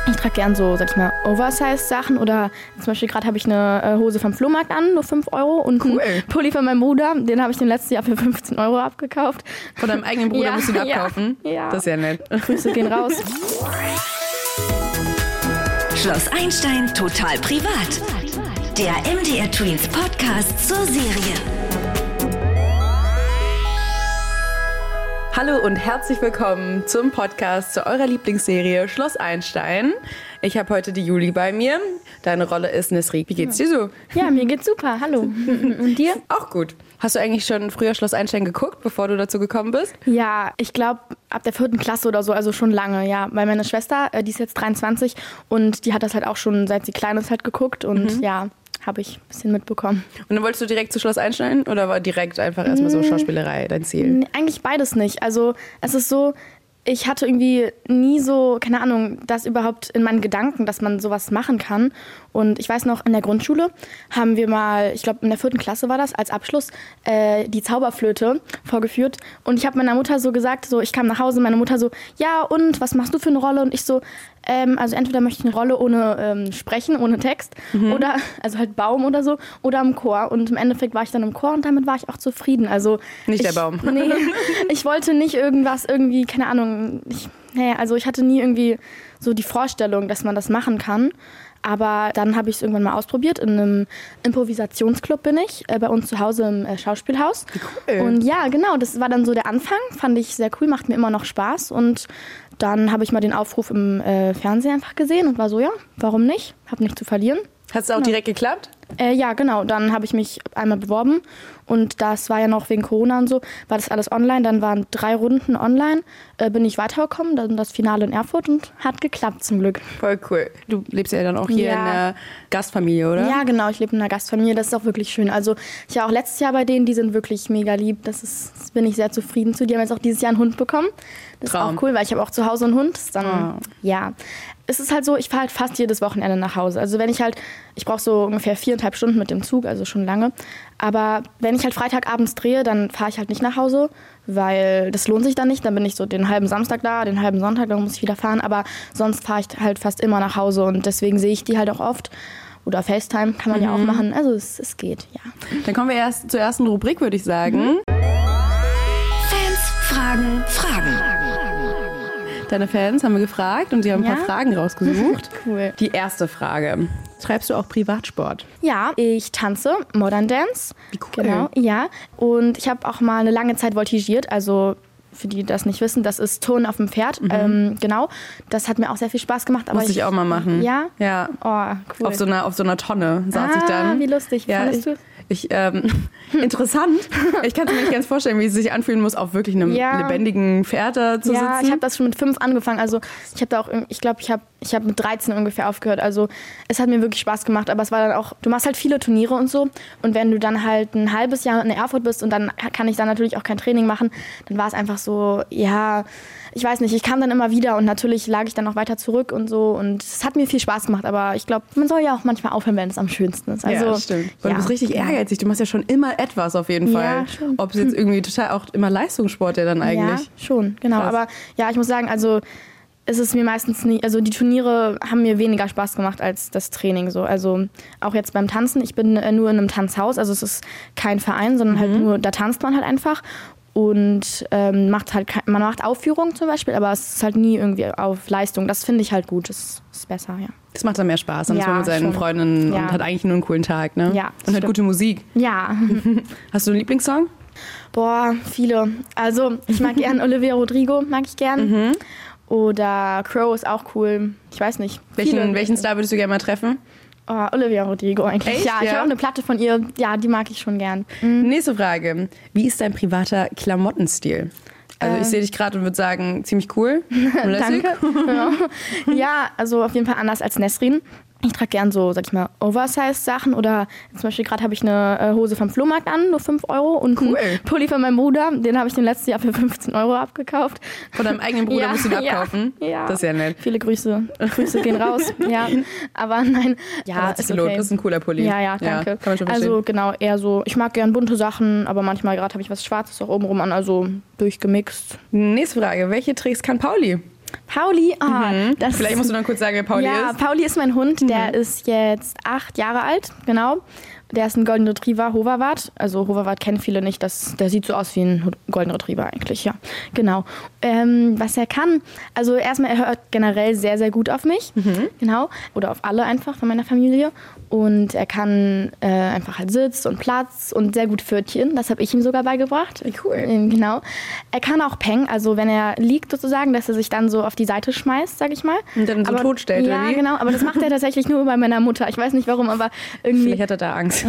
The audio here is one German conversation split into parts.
Ich trage gern so, sag ich mal, Oversize-Sachen oder zum Beispiel gerade habe ich eine Hose vom Flohmarkt an, nur 5 Euro und einen Pulli von meinem Bruder, den habe ich im letzten Jahr für 15 Euro abgekauft. Von deinem eigenen Bruder musst du ihn abkaufen? Ja. Das ist ja nett. Grüße gehen raus. Schloss Einstein total privat. Der MDR Twins Podcast zur Serie. Hallo und herzlich willkommen zum Podcast zu eurer Lieblingsserie Schloss Einstein. Ich habe heute die Juli bei mir. Deine Rolle ist Nesrin. Wie geht's dir so? Ja, mir geht's super. Hallo. Und dir? Auch gut. Hast du eigentlich schon früher Schloss Einstein geguckt, bevor du dazu gekommen bist? Ja, ich glaube ab der 4. Klasse oder so, also schon lange, ja. Weil meine Schwester, die ist jetzt 23 und die hat das halt auch schon, seit sie klein ist, halt geguckt und ja, habe ich ein bisschen mitbekommen. Und dann wolltest du direkt zu Schloss Einstein oder war direkt einfach erstmal so Schauspielerei dein Ziel? Eigentlich beides nicht. Also es ist so, ich hatte irgendwie nie so, keine Ahnung, das überhaupt in meinen Gedanken, dass man sowas machen kann. Und ich weiß noch, in der Grundschule haben wir mal, ich glaube in der 4. Klasse war das, als Abschluss die Zauberflöte vorgeführt. Und ich habe meiner Mutter so gesagt, so ich kam nach Hause, meine Mutter so, ja und, was machst du für eine Rolle? Und ich so, also entweder möchte ich eine Rolle ohne Sprechen, ohne Text oder, also halt Baum oder so, oder im Chor. Und im Endeffekt war ich dann im Chor und damit war ich auch zufrieden. Also Nicht der Baum. Nee, ich wollte nicht irgendwas irgendwie, keine Ahnung, ich hatte nie irgendwie so die Vorstellung, dass man das machen kann. Aber dann habe ich es irgendwann mal ausprobiert. In einem Improvisationsclub bin ich, bei uns zu Hause im Schauspielhaus. Cool. Und ja, genau, das war dann so der Anfang. Fand ich sehr cool, macht mir immer noch Spaß. Und dann habe ich mal den Aufruf im Fernsehen einfach gesehen und war so, ja, warum nicht? Hab nichts zu verlieren. Hat es auch direkt geklappt? Ja, genau. Dann habe ich mich einmal beworben und das war ja noch wegen Corona und so, war das alles online. Dann waren 3 Runden online, bin ich weitergekommen, dann das Finale in Erfurt und hat geklappt zum Glück. Voll cool. Du lebst ja dann auch hier in einer Gastfamilie, oder? Ja, genau. Ich lebe in einer Gastfamilie, das ist auch wirklich schön. Also ich war auch letztes Jahr bei denen, die sind wirklich mega lieb. Das bin ich sehr zufrieden zu. Die haben jetzt auch dieses Jahr einen Hund bekommen. Das Traum. ist auch cool, weil ich habe auch zu Hause einen Hund. Das ist dann, ja. Es ist halt so, ich fahre halt fast jedes Wochenende nach Hause. Also wenn ich brauche so ungefähr 4,5 Stunden mit dem Zug, also schon lange. Aber wenn ich halt Freitagabends drehe, dann fahre ich halt nicht nach Hause, weil das lohnt sich dann nicht. Dann bin ich so den halben Samstag da, den halben Sonntag, dann muss ich wieder fahren. Aber sonst fahre ich halt fast immer nach Hause und deswegen sehe ich die halt auch oft. Oder FaceTime kann man ja auch machen. Also es geht, ja. Dann kommen wir erst zur ersten Rubrik, würde ich sagen. Fans fragen Fragen. Deine Fans haben wir gefragt und sie haben ein paar Fragen rausgesucht. Cool. Die erste Frage. Treibst du auch Privatsport? Ja, ich tanze, Modern Dance. Wie cool. Genau, ja. Und ich habe auch mal eine lange Zeit voltigiert, also für die das nicht wissen, das ist Turnen auf dem Pferd. Genau, das hat mir auch sehr viel Spaß gemacht. Aber Musste ich auch mal machen. Ja? Ja. Oh, cool. Auf so einer Tonne saß ich dann. Wie lustig. Wie fandest du? Interessant. Ich kann es mir nicht ganz vorstellen, wie es sich anfühlen muss, auf wirklich einem lebendigen Pferd da zu sitzen. Ja, ich habe das schon mit 5 angefangen. Also ich habe da auch, ich glaube, ich habe mit 13 ungefähr aufgehört. Also es hat mir wirklich Spaß gemacht. Aber es war dann auch, du machst halt viele Turniere und so. Und wenn du dann halt ein halbes Jahr in Erfurt bist und dann kann ich dann natürlich auch kein Training machen, dann war es einfach so, ja, ich weiß nicht, ich kam dann immer wieder und natürlich lag ich dann noch weiter zurück und so. Und es hat mir viel Spaß gemacht. Aber ich glaube, man soll ja auch manchmal aufhören, wenn es am schönsten ist. Also, ja, stimmt. Und du bist richtig ehrgeizig. Du machst ja schon immer etwas auf jeden Fall. Ja, schon. Ob es jetzt irgendwie total auch immer Leistungssport ja dann eigentlich. Ja, schon, genau. Krass. Aber ja, ich muss sagen, also es ist mir meistens nicht, also die Turniere haben mir weniger Spaß gemacht als das Training so. Also auch jetzt beim Tanzen, ich bin nur in einem Tanzhaus, also es ist kein Verein, sondern halt nur, da tanzt man halt einfach. Und man macht Aufführungen zum Beispiel, aber es ist halt nie irgendwie auf Leistung. Das finde ich halt gut, das ist besser, ja. Das macht dann mehr Spaß, dann ist man mit seinen schon. Freundinnen und hat eigentlich nur einen coolen Tag, ne? Ja, und hat gute Musik. Ja. Hast du einen Lieblingssong? Boah, viele. Also ich mag gern Olivia Rodrigo, mag ich gern. Oder Crow ist auch cool. Ich weiß nicht. Welchen Star würdest du gerne mal treffen? Oh, Olivia Rodrigo eigentlich. Echt? Ja, ich habe auch eine Platte von ihr. Ja, die mag ich schon gern. Nächste Frage. Wie ist dein privater Klamottenstil? Also ich sehe dich gerade und würde sagen, ziemlich cool. Danke. Ja, also auf jeden Fall anders als Nesrin. Ich trage gern so, sag ich mal, Oversize-Sachen oder zum Beispiel gerade habe ich eine Hose vom Flohmarkt an, nur 5 Euro und einen Pulli von meinem Bruder, den habe ich im letzten Jahr für 15 Euro abgekauft. Von deinem eigenen Bruder musst du ihn abkaufen? Ja. Das ist ja nett. Viele Grüße gehen raus. Ja, aber nein. Ja, ist okay. Das ist ein cooler Pulli. Ja, danke. Ja, kann man schon verstehen. Also genau, eher so, ich mag gern bunte Sachen, aber manchmal gerade habe ich was Schwarzes auch oben rum an, also durchgemixt. Nächste Frage. Welche Tricks kann Pauli? Pauli, das Vielleicht musst du dann kurz sagen, wer Pauli ja, ist. Pauli ist mein Hund, der ist jetzt 8 Jahre alt, genau. Der ist ein Golden Retriever Hoverwart. Also Hoverwart kennen viele nicht, der sieht so aus wie ein Golden Retriever eigentlich, ja. Genau. Was er kann, also erstmal, er hört generell sehr, sehr gut auf mich, genau. Oder auf alle einfach von meiner Familie. Und er kann einfach halt Sitz und Platz und sehr gut Pfötchen. Das habe ich ihm sogar beigebracht. Cool. Genau. Er kann auch Peng, also wenn er liegt sozusagen, dass er sich dann so auf die Seite schmeißt, sag ich mal. Und dann so tot stellt, ja, oder wie? Ja, genau. Aber das macht er tatsächlich nur bei meiner Mutter. Ich weiß nicht warum, aber irgendwie... Vielleicht hat er da Angst.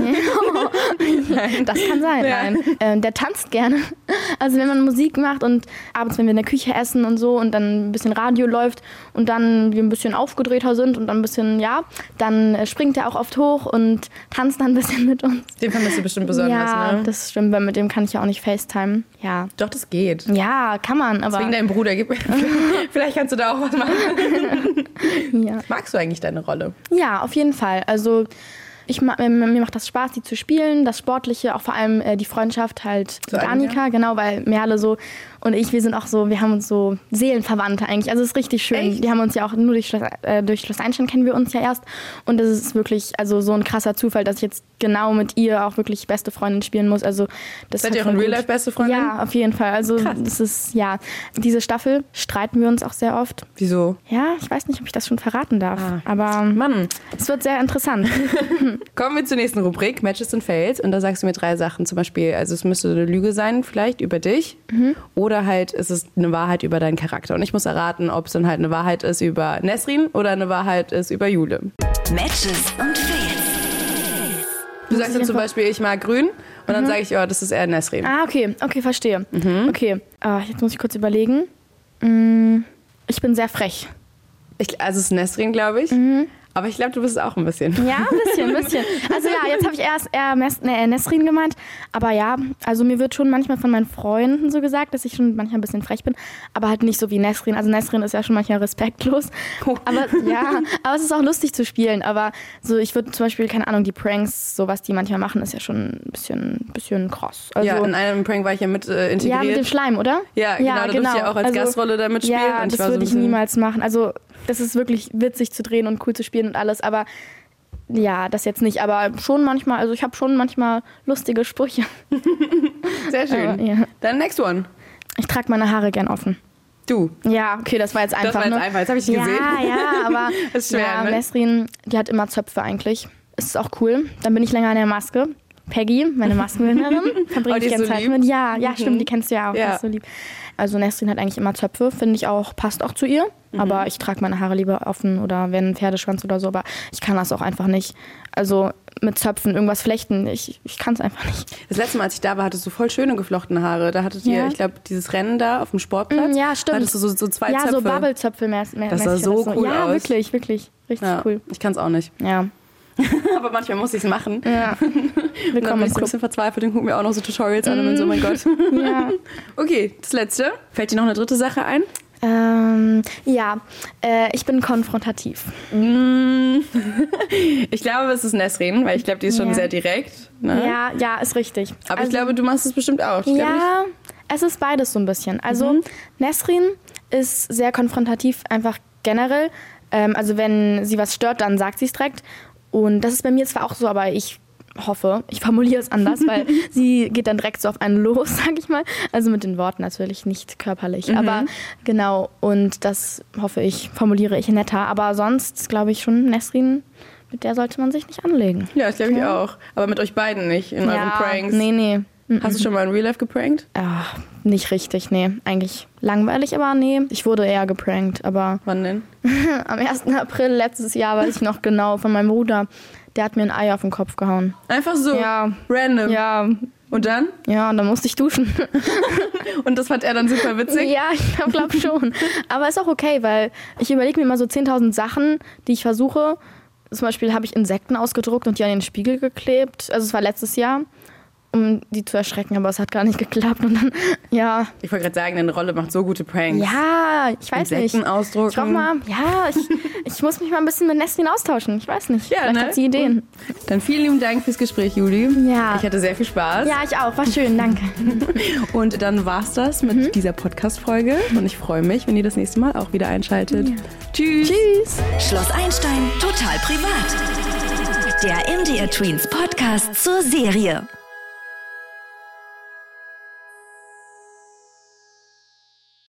Das kann sein, nein. Der tanzt gerne. Also wenn man Musik macht und abends, wenn wir in der Küche essen und so und dann ein bisschen Radio läuft und dann wir ein bisschen aufgedrehter sind und dann ein bisschen, ja, dann springt er auch oft hoch und tanzt dann ein bisschen mit uns. Den fandest du bestimmt besonders, ja, ne? das stimmt, weil mit dem kann ich ja auch nicht FaceTime. Ja. Doch, das geht. Ja, kann man, aber... Wegen deinem Bruder. Vielleicht kannst du da auch was machen. Ja. Magst du eigentlich deine Rolle? Ja, auf jeden Fall. Also... mir macht das Spaß, die zu spielen, das Sportliche, auch vor allem die Freundschaft halt mit Annika, genau, weil Merle so und ich, wir sind auch so, wir haben uns so Seelenverwandte eigentlich, also es ist richtig schön. Echt? Die haben uns ja auch nur durch Schloss Einstein kennen wir uns ja erst und das ist wirklich also so ein krasser Zufall, dass ich jetzt genau mit ihr auch wirklich beste Freundin spielen muss. Also das seid ihr auch in Real Life beste Freundin? Ja, auf jeden Fall. Also krass. Das ist, ja, diese Staffel streiten wir uns auch sehr oft. Wieso? Ja, ich weiß nicht, ob ich das schon verraten darf, aber Mann. Es wird sehr interessant. Kommen wir zur nächsten Rubrik, Matches und Fails. Und da sagst du mir 3 Sachen. Zum Beispiel, also es müsste eine Lüge sein, vielleicht über dich. Oder halt ist es eine Wahrheit über deinen Charakter. Und ich muss erraten, ob es dann halt eine Wahrheit ist über Nesrin oder eine Wahrheit ist über Jule. Matches und Fails. Du sagst dann zum Beispiel, ich mag grün. Und dann sage ich, oh, das ist eher Nesrin. Ah, okay, verstehe. Okay, jetzt muss ich kurz überlegen. Ich bin sehr frech. Also es ist Nesrin, glaube ich. Aber ich glaube, du bist es auch ein bisschen. Ja, ein bisschen. Also ja, jetzt habe ich erst eher Nesrin gemeint. Aber ja, also mir wird schon manchmal von meinen Freunden so gesagt, dass ich schon manchmal ein bisschen frech bin. Aber halt nicht so wie Nesrin. Also Nesrin ist ja schon manchmal respektlos. Aber ja, aber es ist auch lustig zu spielen. Aber so, ich würde zum Beispiel, keine Ahnung, die Pranks, so was die manchmal machen, ist ja schon ein bisschen krass. Also, ja, in einem Prank war ich ja mit integriert. Ja, mit dem Schleim, oder? Ja, genau. Da durfte ich ja auch als Gastrolle da mitspielen. Ja, und das würde ich niemals machen. Also das ist wirklich witzig zu drehen und cool zu spielen und alles, aber ja, das jetzt nicht, aber schon manchmal, also ich habe schon manchmal lustige Sprüche. Sehr schön. Aber, ja. Dann next one. Ich trage meine Haare gern offen. Du? Ja, okay, das war jetzt einfach. Das war jetzt einfach, jetzt habe ich dich gesehen. Ja, aber das ist schwer, ja, ne? Nesrin, die hat immer Zöpfe eigentlich. Ist auch cool. Dann bin ich länger an der Maske. Peggy, meine Maskenbildnerin, verbringe ich gerne so Zeit lieb. mit. Ja, stimmt, die kennst du ja auch. Ja. Die ist so lieb. Also Nesrin hat eigentlich immer Zöpfe, finde ich auch, passt auch zu ihr. Aber ich trage meine Haare lieber offen oder wenn ein Pferdeschwanz oder so, aber ich kann das auch einfach nicht. Also mit Zöpfen irgendwas flechten, ich kann es einfach nicht. Das letzte Mal, als ich da war, hattest du voll schöne geflochtene Haare. Da hattet ihr, ich glaube, dieses Rennen da auf dem Sportplatz. Ja, stimmt. Da hattest du so 2 Zöpfe. Ja, so Bubble-Zöpfe mehr. Das sah so cool ja, aus. wirklich. Richtig cool. Ich kann es auch nicht. Ja. Aber manchmal muss ich es machen. Ja. Und dann bin ich so ein bisschen verzweifelt und gucke mir auch noch so Tutorials an und bin so, oh mein Gott. Ja. Okay, das letzte. Fällt dir noch eine dritte Sache ein? Ich bin konfrontativ. Ich glaube, es ist Nesrin, weil ich glaube, die ist schon sehr direkt. Ne? Ja, ist richtig. Aber ich glaube, du machst es bestimmt auch. Ja, es ist beides so ein bisschen. Also Nesrin ist sehr konfrontativ, einfach generell. Also wenn sie was stört, dann sagt sie es direkt. Und das ist bei mir zwar auch so, aber ich hoffe, ich formuliere es anders, weil sie geht dann direkt so auf einen los, sag ich mal. Also mit den Worten natürlich, nicht körperlich. Aber genau, und das hoffe ich, formuliere ich netter. Aber sonst glaube ich schon, Nesrin, mit der sollte man sich nicht anlegen. Ja, das glaube ich auch. Aber mit euch beiden nicht, in euren Pranks. Nee. Hast du schon mal in Real Life geprankt? Ach, nicht richtig, nee. Eigentlich langweilig, aber nee. Ich wurde eher geprankt, aber... Wann denn? Am 1. April letztes Jahr, weiß ich noch genau, von meinem Bruder. Der hat mir ein Ei auf den Kopf gehauen. Einfach so? Ja. Random? Ja. Und dann? Ja, und dann musste ich duschen. Und das fand er dann super witzig? Ja, ich glaube schon. Aber ist auch okay, weil ich überlege mir immer so 10.000 Sachen, die ich versuche. Zum Beispiel habe ich Insekten ausgedruckt und die an den Spiegel geklebt. Also es war letztes Jahr. um die zu erschrecken, aber es hat gar nicht geklappt. Und dann, ja. Ich wollte gerade sagen, deine Rolle macht so gute Pranks. Ja, ich weiß nicht. Insekten ausdrucken. Ich brauch mal, ich muss mich mal ein bisschen mit Nestlin austauschen. Ich weiß nicht. Ja, vielleicht ne? hat sie Ideen. Dann vielen lieben Dank fürs Gespräch, Juli. Ja. Ich hatte sehr viel Spaß. Ja, ich auch. War schön, danke. Und dann war's das mit dieser Podcast-Folge. Und ich freue mich, wenn ihr das nächste Mal auch wieder einschaltet. Ja. Tschüss. Tschüss. Schloss Einstein total privat. Der MDR Tweens Podcast zur Serie.